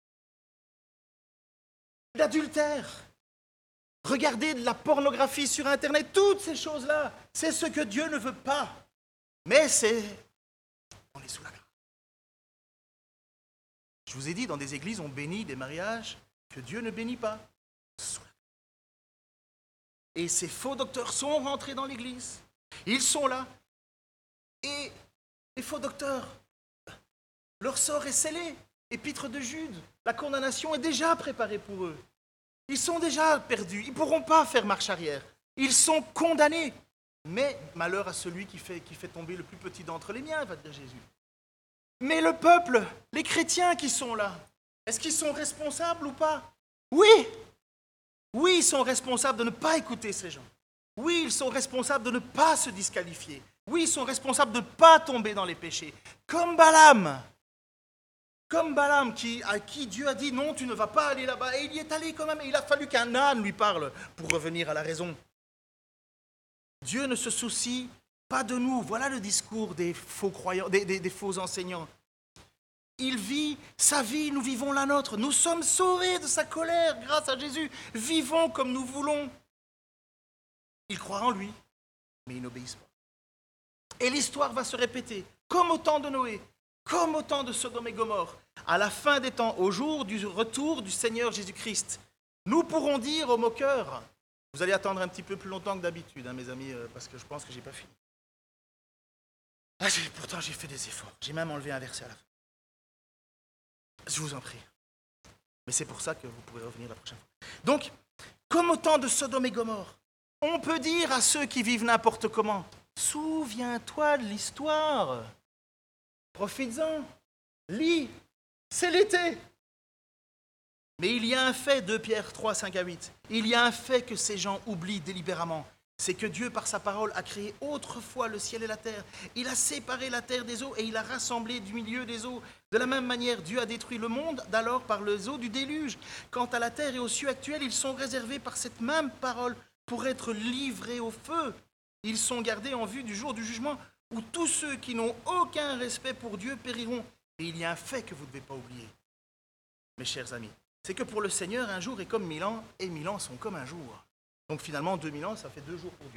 L'adultère, regarder de la pornographie sur Internet, toutes ces choses-là, c'est ce que Dieu ne veut pas. Mais c'est... on est sous la grâce. Je vous ai dit, dans des églises, on bénit des mariages que Dieu ne bénit pas. Et ces faux docteurs sont rentrés dans l'église. Ils sont là. Et les faux docteurs, leur sort est scellé. Épître de Jude, la condamnation est déjà préparée pour eux. Ils sont déjà perdus. Ils ne pourront pas faire marche arrière. Ils sont condamnés. Mais malheur à celui qui fait, qui fait tomber le plus petit d'entre les miens, va dire Jésus. Mais le peuple, les chrétiens qui sont là, est-ce qu'ils sont responsables ou pas? Oui. Oui, ils sont responsables de ne pas écouter ces gens. Oui, ils sont responsables de ne pas se disqualifier. Oui, ils sont responsables de ne pas tomber dans les péchés. Comme Balaam. Comme Balaam, qui, à qui Dieu a dit non, tu ne vas pas aller là-bas. Et il y est allé quand même. Et il a fallu qu'un âne lui parle pour revenir à la raison. Dieu ne se soucie pas de nous. Voilà le discours des faux croyants, des, des, des faux enseignants. Il vit sa vie, nous vivons la nôtre. Nous sommes sauvés de sa colère grâce à Jésus. Vivons comme nous voulons. Ils croient en lui, mais ils n'obéissent pas. Et l'histoire va se répéter, comme au temps de Noé, comme au temps de Sodome et Gomorrhe. À la fin des temps, au jour du retour du Seigneur Jésus-Christ, nous pourrons dire aux moqueurs, vous allez attendre un petit peu plus longtemps que d'habitude, hein, mes amis, euh, parce que je pense que je n'ai pas fini. Ah, j'ai- pourtant, j'ai fait des efforts. J'ai même enlevé un verset à la fin. Je vous en prie. Mais c'est pour ça que vous pourrez revenir la prochaine fois. Donc, comme au temps de Sodome et Gomorrhe, on peut dire à ceux qui vivent n'importe comment, souviens-toi de l'histoire. Profites-en. Lis. C'est l'été. Mais il y a un fait, deux Pierre trois, cinq à huit. Il y a un fait que ces gens oublient délibérément. C'est que Dieu, par sa parole, a créé autrefois le ciel et la terre. Il a séparé la terre des eaux et il a rassemblé du milieu des eaux. De la même manière, Dieu a détruit le monde d'alors par les eaux du déluge. Quant à la terre et aux cieux actuels, ils sont réservés par cette même parole pour être livrés au feu. Ils sont gardés en vue du jour du jugement où tous ceux qui n'ont aucun respect pour Dieu périront. Et il y a un fait que vous ne devez pas oublier, mes chers amis. C'est que pour le Seigneur, un jour est comme mille ans et mille ans sont comme un jour. Donc finalement, deux mille ans, ça fait deux jours pour Dieu.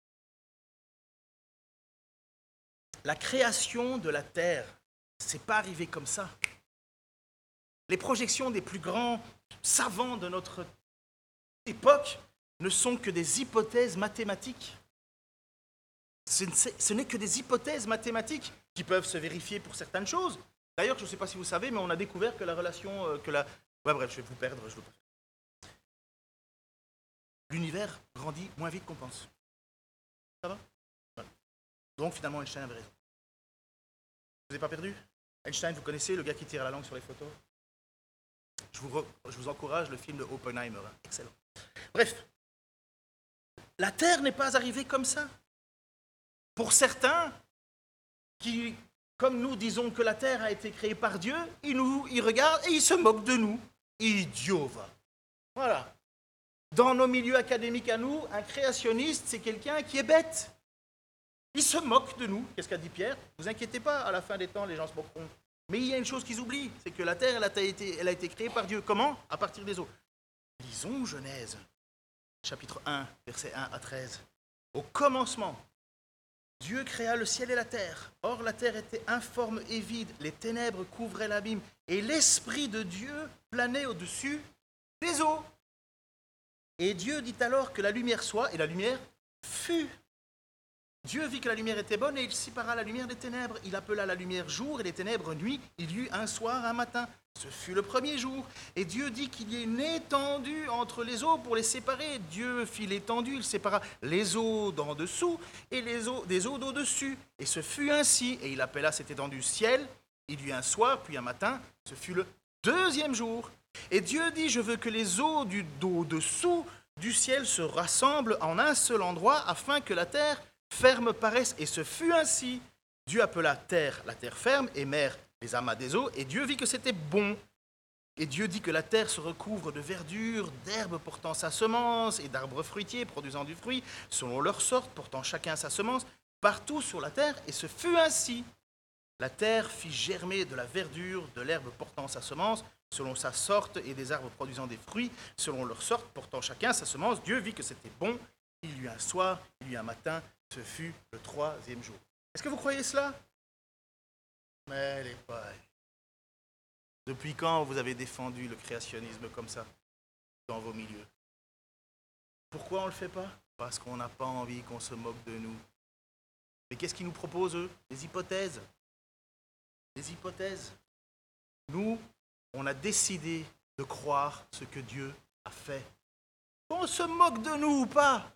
La création de la terre, c'est pas arrivé comme ça. Les projections des plus grands savants de notre époque ne sont que des hypothèses mathématiques. Ce n'est que des hypothèses mathématiques qui peuvent se vérifier pour certaines choses. D'ailleurs, je ne sais pas si vous savez, mais on a découvert que la relation, euh, que la... Ouais, bref, je vais vous perdre, je veux pas. L'univers grandit moins vite qu'on pense. Ça va? Voilà. Donc finalement, Einstein avait raison. Je ne vous ai pas perdu? Einstein, vous connaissez, le gars qui tire la langue sur les photos? Je vous, re... je vous encourage le film de Oppenheimer. Hein. Excellent. Bref, la Terre n'est pas arrivée comme ça. Pour certains, qui, comme nous disons que la Terre a été créée par Dieu, ils nous ils regardent et ils se moquent de nous. Idiot, va. Voilà. Dans nos milieux académiques à nous, un créationniste, c'est quelqu'un qui est bête. Il se moque de nous. Qu'est-ce qu'a dit Pierre? Ne vous inquiétez pas, à la fin des temps, les gens se moqueront. Mais il y a une chose qu'ils oublient, c'est que la Terre, elle a été, elle a été créée par Dieu. Comment? À partir des eaux. Lisons Genèse, chapitre un, versets un à treize. Au commencement, Dieu créa le ciel et la terre. Or, la terre était informe et vide. Les ténèbres couvraient l'abîme. Et l'Esprit de Dieu planait au-dessus des eaux. Et Dieu dit alors que la lumière soit, et la lumière fut. Dieu vit que la lumière était bonne et il sépara la lumière des ténèbres. Il appela la lumière jour et les ténèbres nuit. Il y eut un soir, un matin. Ce fut le premier jour. Et Dieu dit qu'il y ait une étendue entre les eaux pour les séparer. Dieu fit l'étendue, il sépara les eaux d'en dessous et les eaux des eaux d'au-dessus. Et ce fut ainsi. Et il appela cette étendue ciel. Il y eut un soir, puis un matin. Ce fut le deuxième jour. Et Dieu dit, je veux que les eaux du d'au-dessous du ciel se rassemblent en un seul endroit afin que la terre ferme paraisse. Et ce fut ainsi. Dieu appela terre la terre ferme et mer les amas des eaux, et Dieu vit que c'était bon. Et Dieu dit que la terre se recouvre de verdure, d'herbes portant sa semence, et d'arbres fruitiers produisant du fruit, selon leur sorte, portant chacun sa semence, partout sur la terre, et ce fut ainsi. La terre fit germer de la verdure, de l'herbe portant sa semence, selon sa sorte, et des arbres produisant des fruits, selon leur sorte, portant chacun sa semence. Dieu vit que c'était bon. Il y eut un soir, il y eut un matin, ce fut le troisième jour. Est-ce que vous croyez cela? Mais les pailles. Depuis quand vous avez défendu le créationnisme comme ça dans vos milieux? Pourquoi on ne le fait pas? Parce qu'on n'a pas envie qu'on se moque de nous. Mais qu'est-ce qu'ils nous proposent, eux? Des hypothèses. Des hypothèses. Nous, on a décidé de croire ce que Dieu a fait. Qu'on se moque de nous ou pas?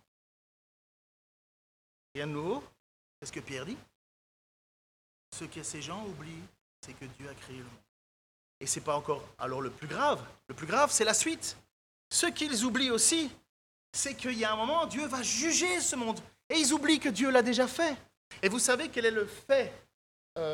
Rien de nouveau? C'est ce que Pierre dit. Ce que ces gens oublient, c'est que Dieu a créé le monde. Et ce n'est pas encore alors le plus grave. Le plus grave, c'est la suite. Ce qu'ils oublient aussi, c'est qu'il y a un moment, Dieu va juger ce monde. Et ils oublient que Dieu l'a déjà fait. Et vous savez quel est le fait euh,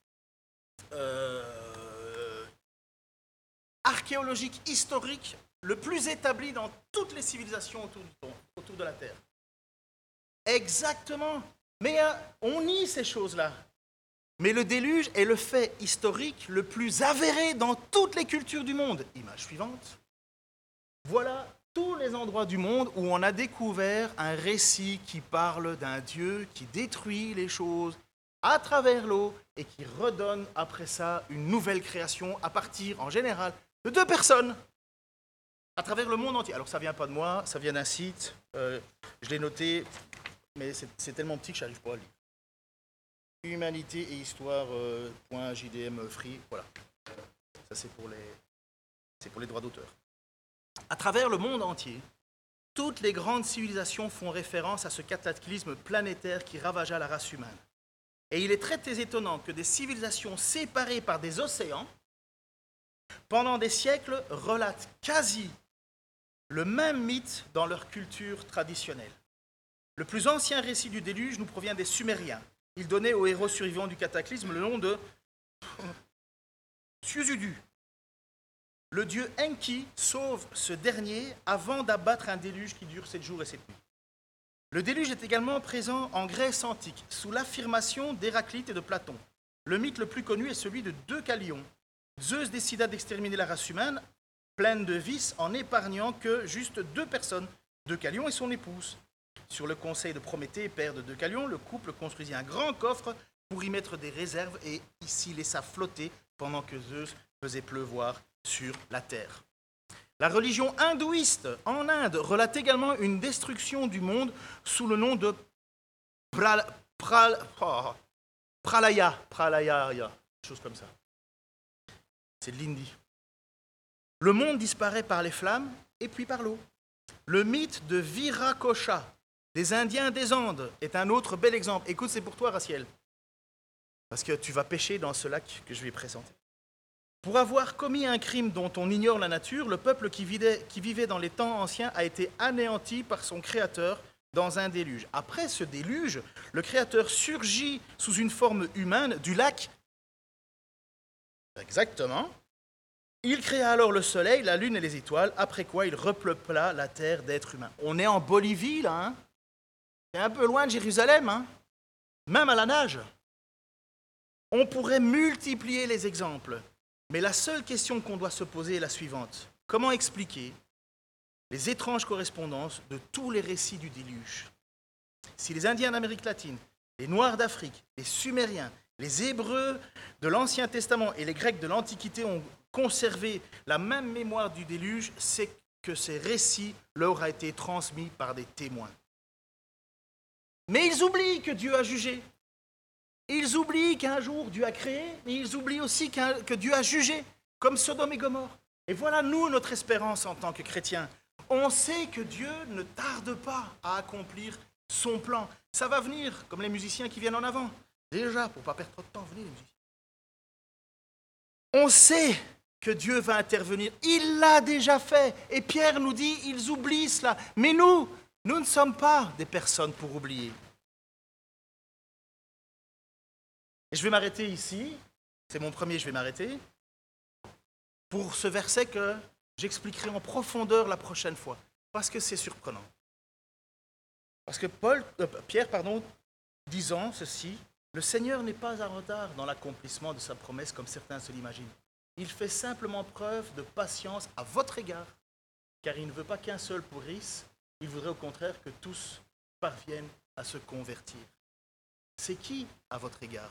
euh, archéologique, historique, le plus établi dans toutes les civilisations autour, du, autour de la Terre? Exactement. Mais euh, on nie ces choses-là. Mais le déluge est le fait historique le plus avéré dans toutes les cultures du monde. Image suivante. Voilà tous les endroits du monde où on a découvert un récit qui parle d'un Dieu qui détruit les choses à travers l'eau et qui redonne après ça une nouvelle création à partir, en général, de deux personnes à travers le monde entier. Alors ça ne vient pas de moi, ça vient d'un site, euh, je l'ai noté, mais c'est, c'est tellement petit que je n'arrive pas à le lire. humanité et histoire, euh, point J D M free, voilà. Ça, c'est pour les, c'est pour les droits d'auteur. À travers le monde entier, toutes les grandes civilisations font référence à ce cataclysme planétaire qui ravagea la race humaine. Et il est très étonnant que des civilisations séparées par des océans, pendant des siècles, relatent quasi le même mythe dans leur culture traditionnelle. Le plus ancien récit du déluge nous provient des Sumériens. Il donnait aux héros survivants du cataclysme le nom de Suzudu. Le dieu Enki sauve ce dernier avant d'abattre un déluge qui dure sept jours et sept nuits. Le déluge est également présent en Grèce antique, sous l'affirmation d'Héraclite et de Platon. Le mythe le plus connu est celui de Deucalion. Zeus décida d'exterminer la race humaine, pleine de vices, en épargnant que juste deux personnes, Deucalion et son épouse. Sur le conseil de Prométhée, père de Deucalion, le couple construisit un grand coffre pour y mettre des réserves et ici laissa flotter pendant que Zeus faisait pleuvoir sur la terre. La religion hindouiste en Inde relate également une destruction du monde sous le nom de Pral, Pral, oh, Pralaya, Pralaya, quelque chose comme ça. C'est de l'hindi. Le monde disparaît par les flammes et puis par l'eau. Le mythe de Virakosha, des Indiens des Andes, est un autre bel exemple. Écoute, c'est pour toi, Raciel, parce que tu vas pêcher dans ce lac que je vais présenter. Pour avoir commis un crime dont on ignore la nature, le peuple qui vivait, qui vivait dans les temps anciens a été anéanti par son créateur dans un déluge. Après ce déluge, le créateur surgit sous une forme humaine du lac. Exactement. Il créa alors le soleil, la lune et les étoiles, après quoi il repeupla la terre d'êtres humains. On est en Bolivie, là, hein. C'est un peu loin de Jérusalem, hein. Même à la nage. On pourrait multiplier les exemples. Mais la seule question qu'on doit se poser est la suivante. Comment expliquer les étranges correspondances de tous les récits du déluge? Si les Indiens d'Amérique latine, les Noirs d'Afrique, les Sumériens, les Hébreux de l'Ancien Testament et les Grecs de l'Antiquité ont conservé la même mémoire du déluge, c'est que ces récits leur ont été transmis par des témoins. Mais ils oublient que Dieu a jugé. Ils oublient qu'un jour Dieu a créé, mais ils oublient aussi que Dieu a jugé, comme Sodome et Gomorrhe. Et voilà, nous, notre espérance en tant que chrétiens. On sait que Dieu ne tarde pas à accomplir son plan. Ça va venir, comme les musiciens qui viennent en avant. Déjà, pour ne pas perdre trop de temps, venez les musiciens. On sait que Dieu va intervenir. Il l'a déjà fait. Et Pierre nous dit, ils oublient cela. Mais nous, nous ne sommes pas des personnes pour oublier. Et je vais m'arrêter ici, c'est mon premier, je vais m'arrêter, pour ce verset que j'expliquerai en profondeur la prochaine fois, parce que c'est surprenant. Parce que Paul, euh, Pierre, pardon, disant ceci, le Seigneur n'est pas en retard dans l'accomplissement de sa promesse comme certains se l'imaginent. Il fait simplement preuve de patience à votre égard, car il ne veut pas qu'un seul pourrisse, il voudrait au contraire que tous parviennent à se convertir. C'est qui à votre égard?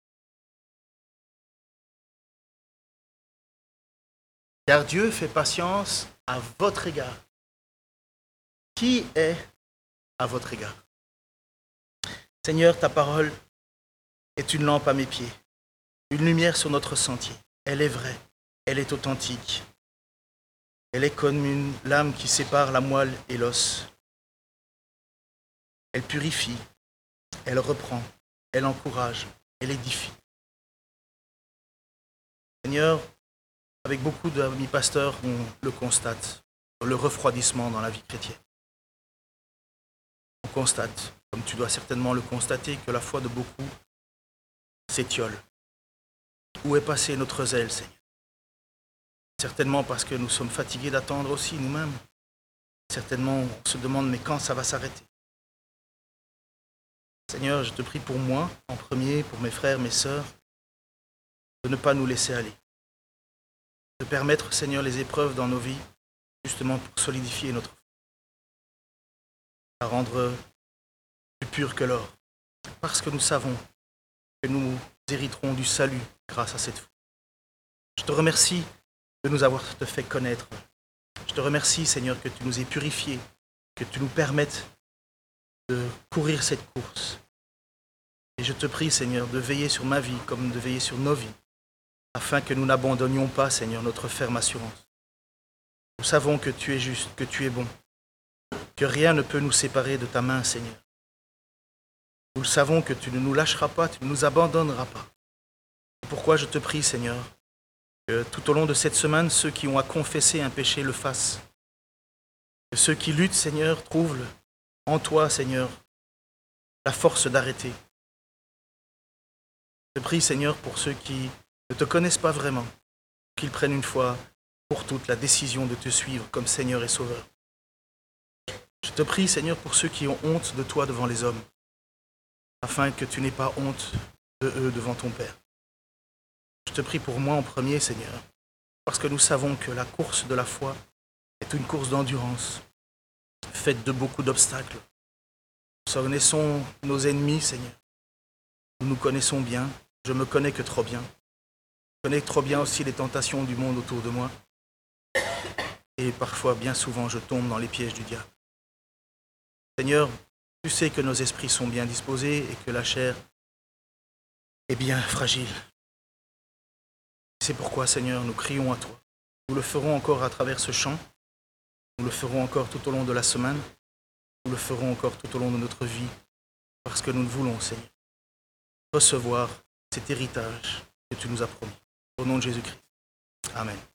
Car Dieu fait patience à votre égard. Qui est à votre égard? Seigneur, ta parole est une lampe à mes pieds, une lumière sur notre sentier. Elle est vraie, elle est authentique. Elle est comme une lame qui sépare la moelle et l'os. Elle purifie, elle reprend, elle encourage, elle édifie. Seigneur, avec beaucoup d'amis pasteurs, on le constate, le refroidissement dans la vie chrétienne. On constate, comme tu dois certainement le constater, que la foi de beaucoup s'étiole. Où est passée notre zèle, Seigneur? Certainement parce que nous sommes fatigués d'attendre aussi nous-mêmes. Certainement, on se demande, mais quand ça va s'arrêter? Seigneur, je te prie pour moi, en premier, pour mes frères, mes sœurs, de ne pas nous laisser aller. De permettre, Seigneur, les épreuves dans nos vies, justement pour solidifier notre foi, à rendre plus pur que l'or, parce que nous savons que nous hériterons du salut grâce à cette foi. Je te remercie de nous avoir te fait connaître. Je te remercie, Seigneur, que tu nous aies purifiés, que tu nous permettes de courir cette course. Et Et je te prie, Seigneur, de veiller sur ma vie comme de veiller sur nos vies, afin que nous n'abandonnions pas, Seigneur, notre ferme assurance. Nous savons que tu es juste, que tu es bon, que rien ne peut nous séparer de ta main, Seigneur. Nous savons que tu ne nous lâcheras pas, tu ne nous abandonneras pas. C'est pourquoi je te prie, Seigneur, que tout au long de cette semaine, ceux qui ont à confesser un péché le fassent. Que ceux qui luttent, Seigneur, trouvent en toi, Seigneur, la force d'arrêter. Je te prie, Seigneur, pour ceux qui ne te connaissent pas vraiment, qu'ils prennent une fois pour toutes la décision de te suivre comme Seigneur et Sauveur. Je te prie, Seigneur, pour ceux qui ont honte de toi devant les hommes, afin que tu n'aies pas honte de eux devant ton Père. Je te prie pour moi en premier, Seigneur, parce que nous savons que la course de la foi est une course d'endurance, faite de beaucoup d'obstacles. Nous connaissons nos ennemis, Seigneur. Nous nous connaissons bien. Je me connais que trop bien. Je connais trop bien aussi les tentations du monde autour de moi. Et parfois, bien souvent, je tombe dans les pièges du diable. Seigneur, tu sais que nos esprits sont bien disposés et que la chair est bien fragile. C'est pourquoi, Seigneur, nous crions à toi. Nous le ferons encore à travers ce chant. Nous le ferons encore tout au long de la semaine. Nous le ferons encore tout au long de notre vie. Parce que nous ne voulons, Seigneur, recevoir cet héritage que tu nous as promis. Au nom de Jésus-Christ. Amen.